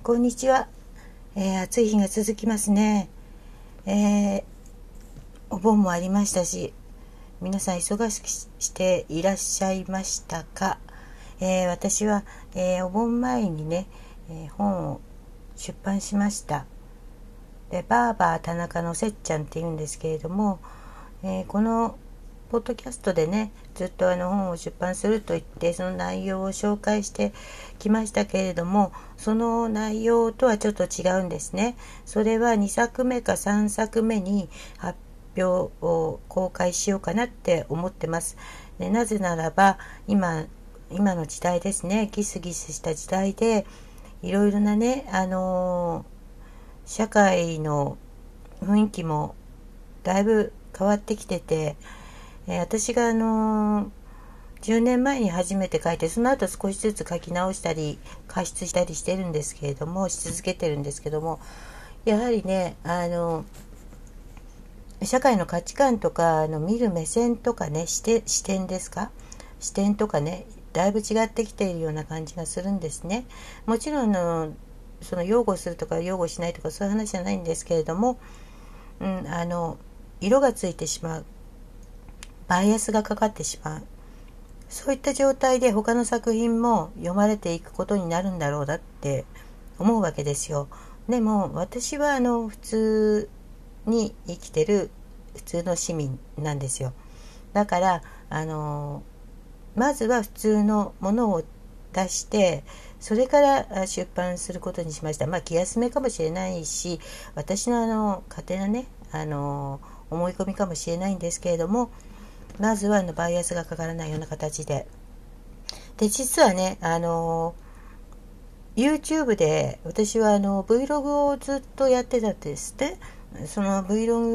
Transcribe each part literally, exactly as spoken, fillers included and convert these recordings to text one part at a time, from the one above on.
こんにちは、えー、暑い日が続きますね、えー、お盆もありましたし、皆さん忙しくしていらっしゃいましたか？えー、私は、えー、お盆前にね、えー、本を出版しました。でバーバー田中のせっちゃんっていうんですけれども、えー、このポッドキャストでねずっとあの本を出版すると言ってその内容を紹介してきましたけれども、その内容とはちょっと違うんですね。それはにさくめかさんさくめに発表を公開しようかなって思ってます。でなぜならば今今の時代ですね、ギスギスした時代でいろいろなね、あのー、社会の雰囲気もだいぶ変わってきてて、えー、私があのー、じゅうねんまえに初めて書いて、その後少しずつ書き直したり加筆したりしてるんですけれどもし続けてるんですけども、やはりね、あの社会の価値観とかあの見る目線とかね、視点、視点ですか視点とかね、だいぶ違ってきているような感じがするんですね。もちろんのその擁護するとか擁護しないとかそういう話じゃないんですけれども、うん、あの色がついてしまう、バイアスがかかってしまう、そういった状態で他の作品も読まれていくことになるんだろうなって思うわけですよ。でも私はあの普通に生きてる普通の市民なんですよ。だからあのまずは普通のものを出してそれから出版することにしました。まあ気休めかもしれないし、私のあの勝手なねあの思い込みかもしれないんですけれども、まずはあのバイアスがかからないような形でで実はね、あの YouTube で私はあの Vlog をずっとやってたんですって。その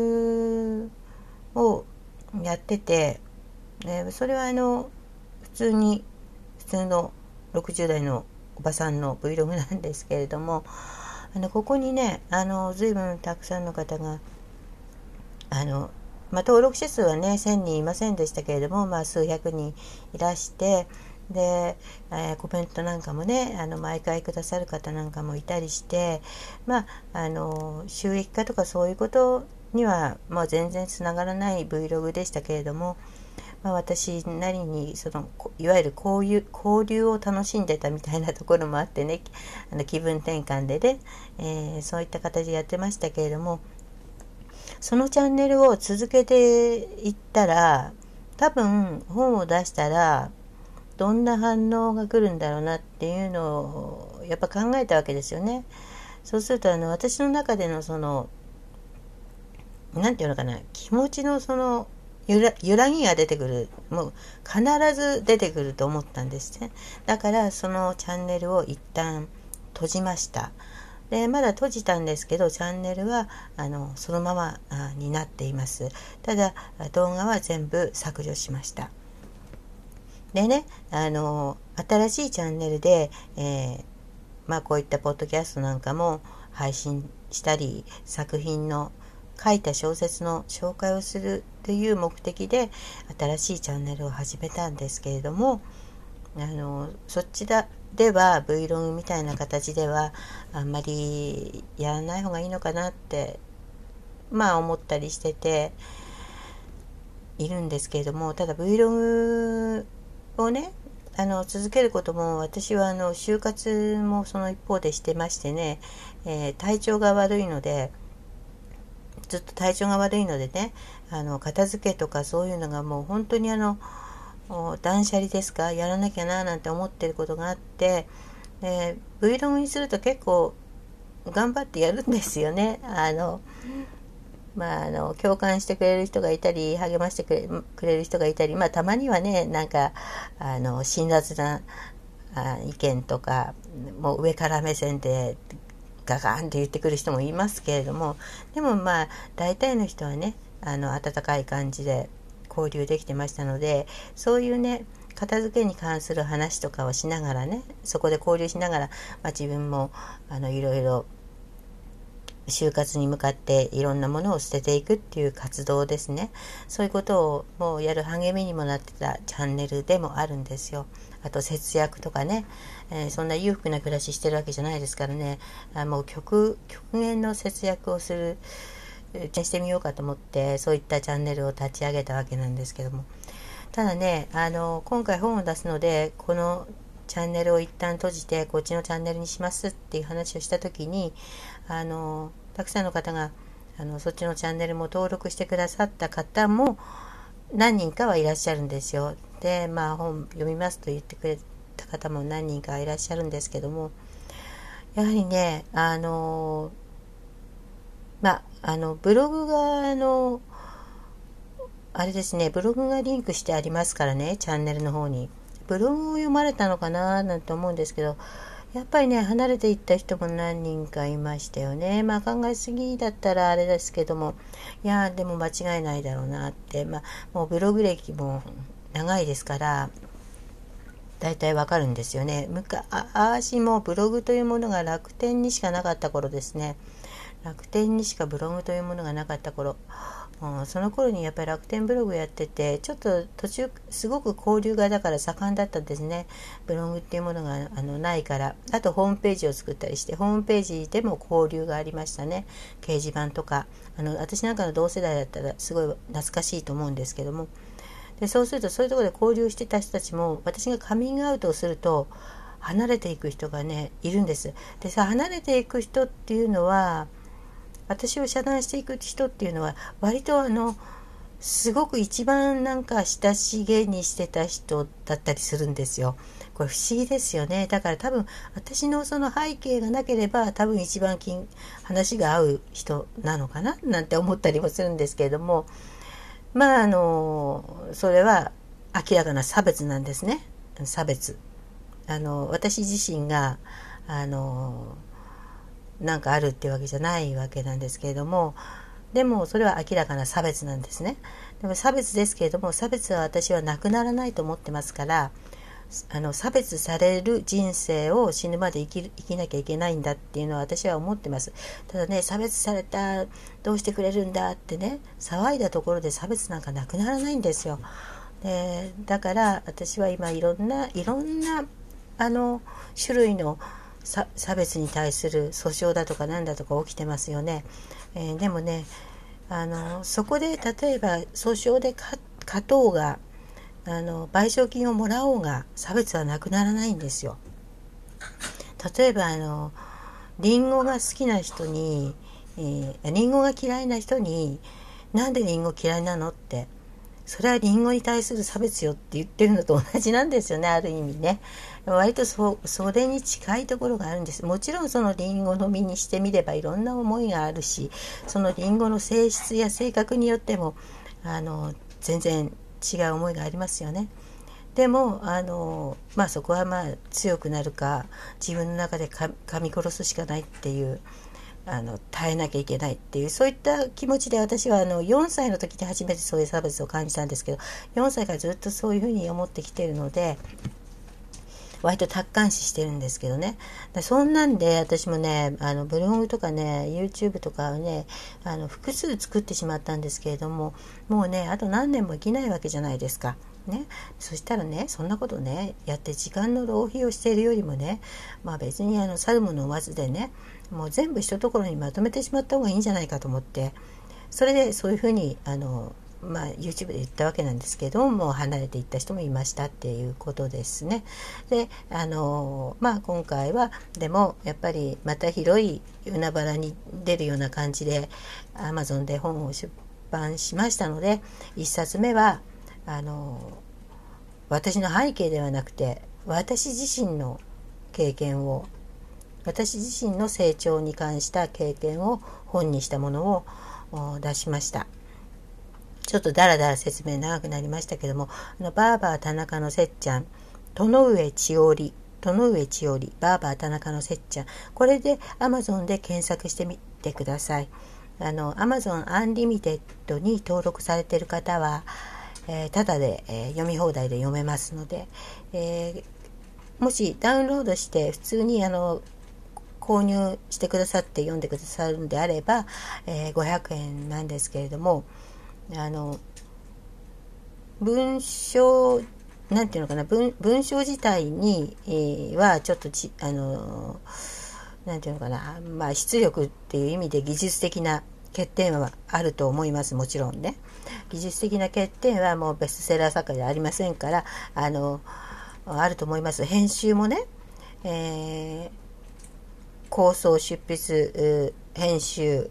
Vlog をやってて、ね、それはあの普通に普通のろくじゅう代のおばさんの Vlog なんですけれども、あのここにねあの随分たくさんの方があの、まあ、登録者数はねせんにんいませんでしたけれども、まあ、数百人いらして、で、えー、コメントなんかもねあの毎回くださる方なんかもいたりして、まあ、あの収益化とかそういうことには、まあ、全然つながらない Vlog でしたけれども、まあ、私なりにそのいわゆる交流、交流を楽しんでたみたいなところもあってね、あの気分転換でね、えー、そういった形でやってましたけれども、そのチャンネルを続けていったら多分本を出したらどんな反応が来るんだろうなっていうのをやっぱ考えたわけですよね。そうするとあの私の中でのそのなんていうのかな、気持ちのその揺ら、揺らぎが出てくる、もう必ず出てくると思ったんですね。だからそのチャンネルを一旦閉じました。でまだ閉じたんですけどチャンネルはあのそのままになっています。ただ動画は全部削除しました。でね、あの新しいチャンネルで、えーまあ、こういったポッドキャストなんかも配信したり作品の書いた小説の紹介をするという目的で新しいチャンネルを始めたんですけれども、あのそっちだでは Vlog みたいな形ではあんまりやらない方がいいのかなってまあ思ったりしてているんですけれども、ただ Vlog をねあの続けることも私はあの就活もその一方でしてましてね、えー、体調が悪いのでずっと体調が悪いのでね、あの片付けとかそういうのがもう本当にあの断捨離ですか、やらなきゃななんて思ってることがあって、で Vlog にすると結構頑張ってやるんですよね。あのまあ、あの共感してくれる人がいたり励ましてくれ、くれる人がいたり、まあ、たまにはねなんかあの辛辣なあ意見とかもう上から目線でガガンって言ってくる人もいますけれども、でもまあ大体の人はねあの温かい感じで交流できてましたので、そういうね片付けに関する話とかをしながらねそこで交流しながら、まあ、自分もあのいろいろ就活に向かっていろんなものを捨てていくっていう活動ですね。そういうことをもうやる励みにもなってたチャンネルでもあるんですよ。あと節約とかね、えー、そんな裕福な暮らししてるわけじゃないですからね、あもう極極限の節約をするしてみようかと思って、そういったチャンネルを立ち上げたわけなんですけども、ただね、あの今回本を出すので、このチャンネルを一旦閉じてこっちのチャンネルにしますっていう話をした時に、あのたくさんの方があのそっちのチャンネルも登録してくださった方も何人かはいらっしゃるんですよ。で、まあ本読みますと言ってくれた方も何人かいらっしゃるんですけども、やはりね、あのまああのブログがあのあれですね、ブログがリンクしてありますからね、チャンネルの方に。ブログを読まれたのかななんて思うんですけど、やっぱりね、離れていった人も何人かいましたよね。まあ考えすぎだったらあれですけども、いやでも間違いないだろうなって、まあもうブログ歴も長いですから、だいたいわかるんですよね。昔もブログというものが楽天にしかなかった頃ですね。楽天にしかブログというものがなかった頃、うん、その頃にやっぱり楽天ブログやってて、ちょっと途中すごく交流がだから盛んだったんですね。ブログっていうものがあのないから。あとホームページを作ったりして、ホームページでも交流がありましたね。掲示板とか、あの私なんかの同世代だったらすごい懐かしいと思うんですけども、でそうするとそういうところで交流してた人たちも、私がカミングアウトをすると離れていく人がねいるんです。でさ、離れていく人っていうのは、私を遮断していく人っていうのは割とあのすごく一番なんか親しげにしてた人だったりするんですよ。これ不思議ですよね。だから多分私のその背景がなければ多分一番話が合う人なのかななんて思ったりもするんですけれども、まああのそれは明らかな差別なんですね。差別。あの私自身があのなんかあるっていうわけじゃないわけなんですけれども、でもそれは明らかな差別なんですね。でも差別ですけれども、差別は私はなくならないと思ってますから、あの差別される人生を死ぬまで生きる、生きなきゃいけないんだっていうのは私は思ってます。ただね、差別された、どうしてくれるんだってね、騒いだところで差別なんかなくならないんですよ。でだから私は今いろんないろんなあの種類の差別に対する訴訟だとかなんだとか起きてますよね。えー、でもね、あのそこで例えば訴訟で勝とうが、あの賠償金をもらおうが差別はなくならないんですよ。例えばあのリンゴが好きな人に、えー、リンゴが嫌いな人に、なんでリンゴ嫌いなのって、それはリンゴに対する差別よって言ってるのと同じなんですよね、ある意味ね。割と そ, それに近いところがあるんです。もちろんそのリンゴの実にしてみればいろんな思いがあるし、そのリンゴの性質や性格によってもあの全然違う思いがありますよね。でもあの、まあ、そこはまあ強くなるか、自分の中でか噛み殺すしかないっていう、あの耐えなきゃいけないっていう、そういった気持ちで、私はあのよんさいの時に初めてそういう差別を感じたんですけど、よんさいからずっとそういうふうに思ってきているので、割と達観視してるんですけどね。そんなんで私もね、あのブログとかね YouTube とかをね、あの複数作ってしまったんですけれども、もうねあと何年も生きないわけじゃないですかね。そしたらね、そんなことねやって時間の浪費をしているよりもね、まあ別にあの去るものを追わずでね、もう全部一ところにまとめてしまった方がいいんじゃないかと思って、それでそういうふうにあのまあ、YouTube で言ったわけなんですけども、離れていった人もいましたっていうことですね。であの、まあ、今回はでもやっぱりまた広い海原に出るような感じで Amazon で本を出版しましたので、いっさつめはあの私の背景ではなくて、私自身の経験を、私自身の成長に関した経験を本にしたものを出しました。ちょっとだらだら説明長くなりましたけども、あのバーバー田中のせっちゃん、戸上千織、戸上千織、バーバー田中のせっちゃん、これで Amazon で検索してみてください。あの Amazon Unlimited に登録されている方は、えー、ただで、えー、読み放題で読めますので、えー、もしダウンロードして普通にあの購入してくださって読んでくださるんであれば、えー、ごひゃくえんなんですけれども、あの文章なんていうのかな 文, 文章自体に、えー、はちょっとちあのなんていうのかな、まあ、出力っていう意味で技術的な欠点はあると思います。もちろんね、技術的な欠点はもうベストセラー作家ではありませんから、あのあると思います。編集もね、えー、構想、執筆、編集、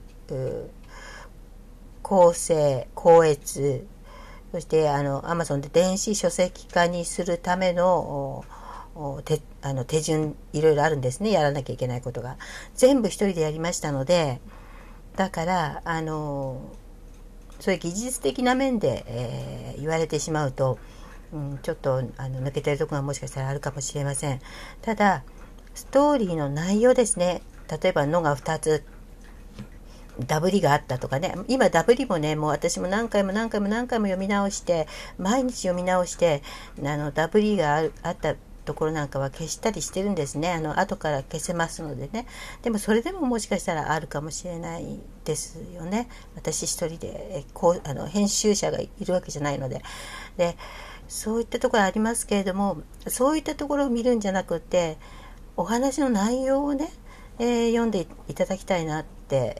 構成、校閲、そしてあの Amazon で電子書籍化にするための手, あの手順いろいろあるんですね。やらなきゃいけないことが全部一人でやりましたので、だからあのそういう技術的な面で、えー、言われてしまうと、うん、ちょっとあの抜けてるところがもしかしたらあるかもしれません。ただストーリーの内容ですね。例えばのがふたつダブリがあったとかね、今ダブリもね、もう私も何回も何回も何回も読み直して、毎日読み直して、あのダブリが あ, あったところなんかは消したりしてるんですね。あの後から消せますのでね。でもそれでももしかしたらあるかもしれないですよね。私一人でこうあの編集者がいるわけじゃないので。で、そういったところありますけれども、そういったところを見るんじゃなくて、お話の内容をね、えー、読んでいただきたいなって。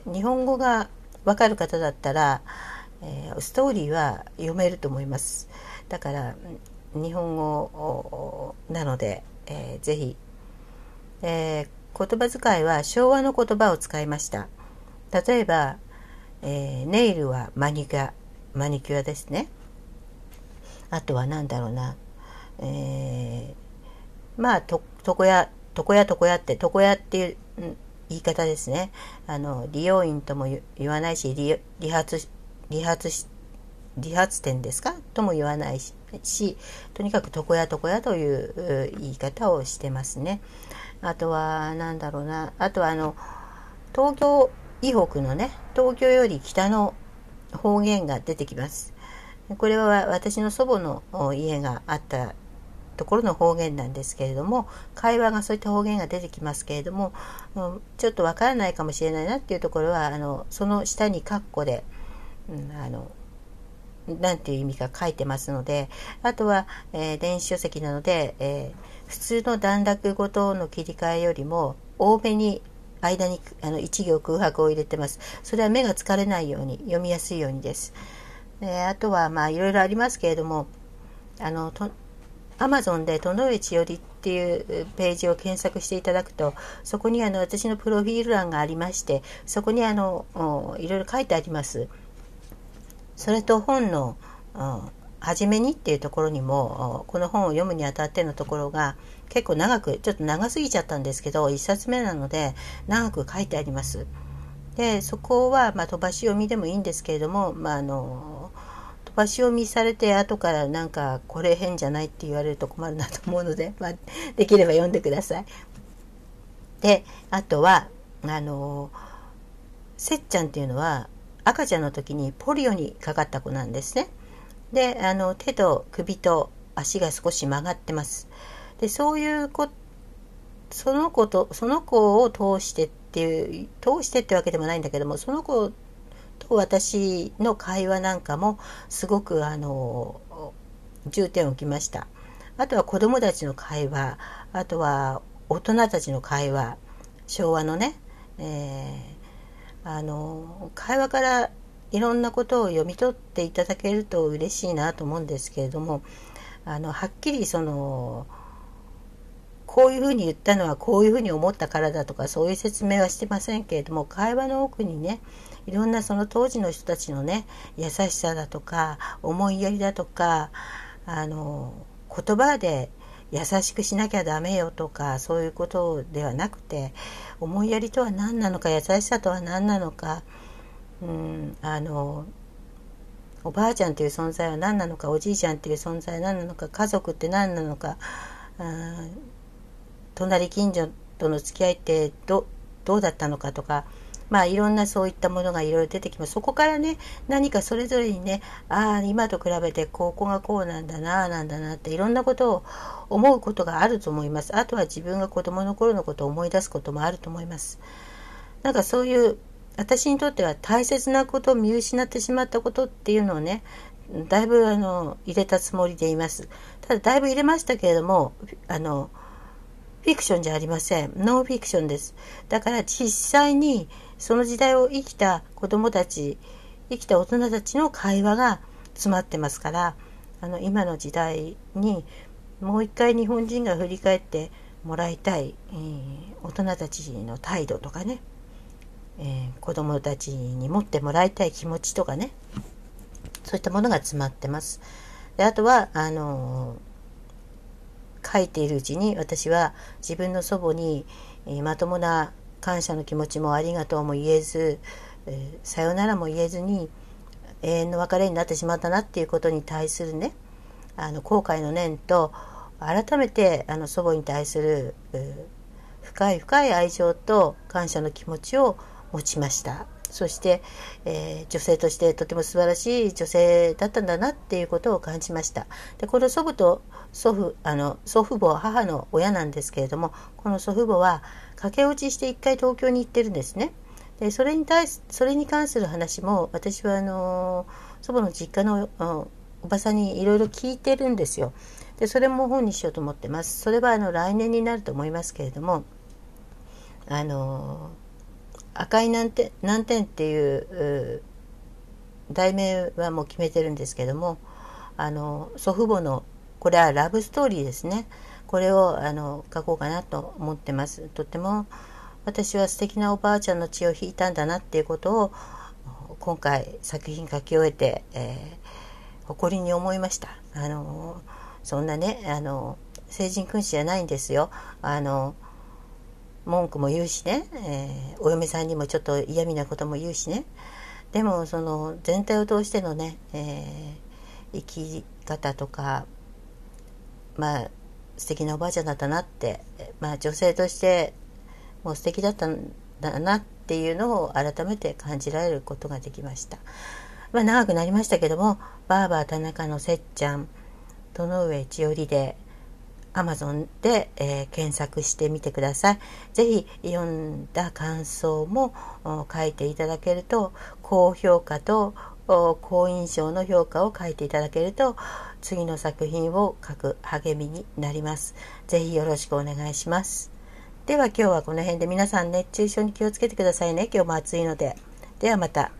日本語がわかる方だったら、えー、ストーリーは読めると思います。だから日本語なので、えー、ぜひ、えー、言葉遣いは昭和の言葉を使いました。例えば、えー、ネイルはマニキュアマニキュアですね。あとは何だろうな、えー、まあと床屋床屋床屋って床屋っていう言い方ですね。あの理容院とも言わないし、理, 理髪理髪理髪店ですかとも言わないし、とにかく床屋床屋という言い方をしてますね。あとはなんだろうな、あとはあの東京以北のね、東京より北の方言が出てきます。これは私の祖母の家があったところの方言なんですけれども、会話がそういった方言が出てきますけれども、ちょっとわからないかもしれないなっていうところは、あのその下にカッコで、うん、あのなんていう意味か書いてますので、あとは、えー、電子書籍なので、えー、普通の段落ごとの切り替えよりも多めに間にあのいち行空白を入れてます。それは目が疲れないように、読みやすいようにです。で、あとはまあいろいろありますけれども、あのとアマゾンで戸上千織っていうページを検索していただくと、そこにあの私のプロフィール欄がありまして、そこにあのいろいろ書いてあります。それと本の初めにっていうところにも、この本を読むにあたってのところが結構長く、ちょっと長すぎちゃったんですけど、いっさつめなので長く書いてあります。で、そこはまあ飛ばし読みでもいいんですけれども、まああの飛ばし読みされて後からなんかこれ変じゃないって言われると困るなと思うので、まあ、できれば読んでください。で、あとはあのせっちゃんっていうのは赤ちゃんの時にポリオにかかった子なんですね。で、あの手と首と足が少し曲がってます。で、そういう子その子とその子を通してっていう通してってわけでもないんだけども、その子と私の会話なんかもすごくあの重点を置きました。あとは子どもたちの会話、あとは大人たちの会話、昭和のね、えー、あの会話からいろんなことを読み取っていただけると嬉しいなと思うんですけれども、あのはっきりそのこういうふうに言ったのはこういうふうに思ったからだとか、そういう説明はしてませんけれども、会話の奥にね、いろんなその当時の人たちのね、優しさだとか思いやりだとか、あの言葉で優しくしなきゃダメよとか、そういうことではなくて、思いやりとは何なのか、優しさとは何なのか、うん、あのおばあちゃんという存在は何なのか、おじいちゃんという存在は何なのか、家族って何なのか、隣近所との付き合いって ど, どうだったのかとか、 まあいろんなそういったものがいろいろ出てきます。そこからね、何かそれぞれにね、ああ今と比べてここがこうなんだな、なんだなっていろんなことを思うことがあると思います。あとは自分が子供の頃のことを思い出すこともあると思います。なんかそういう私にとっては大切なことを見失ってしまったことっていうのをね、だいぶあの入れたつもりでいます。ただだいぶ入れましたけれども、あのフィクションじゃありません。ノンフィクションです。だから実際にその時代を生きた子どもたち、生きた大人たちの会話が詰まってますから、あの今の時代にもう一回日本人が振り返ってもらいたい、えー、大人たちの態度とかね、えー、子どもたちに持ってもらいたい気持ちとかね、そういったものが詰まってます。であとはあのー書いているうちに私は自分の祖母に、えー、まともな感謝の気持ちもありがとうも言えず、えー、さよならも言えずに永遠の別れになってしまったなっていうことに対するね、あの後悔の念と改めてあの祖母に対する、えー、深い深い愛情と感謝の気持ちを持ちました。そして、えー、女性としてとても素晴らしい女性だったんだなっていうことを感じました。でこの祖母と祖父あの祖父母は母の親なんですけれども、この祖父母は駆け落ちして一回東京に行ってるんですね。でそれに対すそれに関する話も私はあの祖母の実家のおばさんにいろいろ聞いてるんですよ。でそれも本にしようと思ってます。それはあの来年になると思いますけれども、あの赤い難点、難点っていう題名はもう決めてるんですけども、あの祖父母のこれはラブストーリーですね。これをあの書こうかなと思ってます。とても私は素敵なおばあちゃんの血を引いたんだなっていうことを今回作品書き終えて、えー、誇りに思いました。あのそんなね、あの聖人君子じゃないんですよ。あの文句も言うしね、えー、お嫁さんにもちょっと嫌味なことも言うしね。でもその全体を通してのね、えー、生き方とか、まあ素敵なおばあちゃんだったなって、まあ女性としてもう素敵だったんだなっていうのを改めて感じられることができました。まあ長くなりましたけども、バーバー田中のせっちゃん、戸上千織でアマゾンで、えー、検索してみてください。ぜひ読んだ感想も書いていただけると、高評価と好印象の評価を書いていただけると次の作品を書く励みになります。ぜひよろしくお願いします。では今日はこの辺で、皆さん熱中症に気をつけてくださいね。今日も暑いので。ではまた。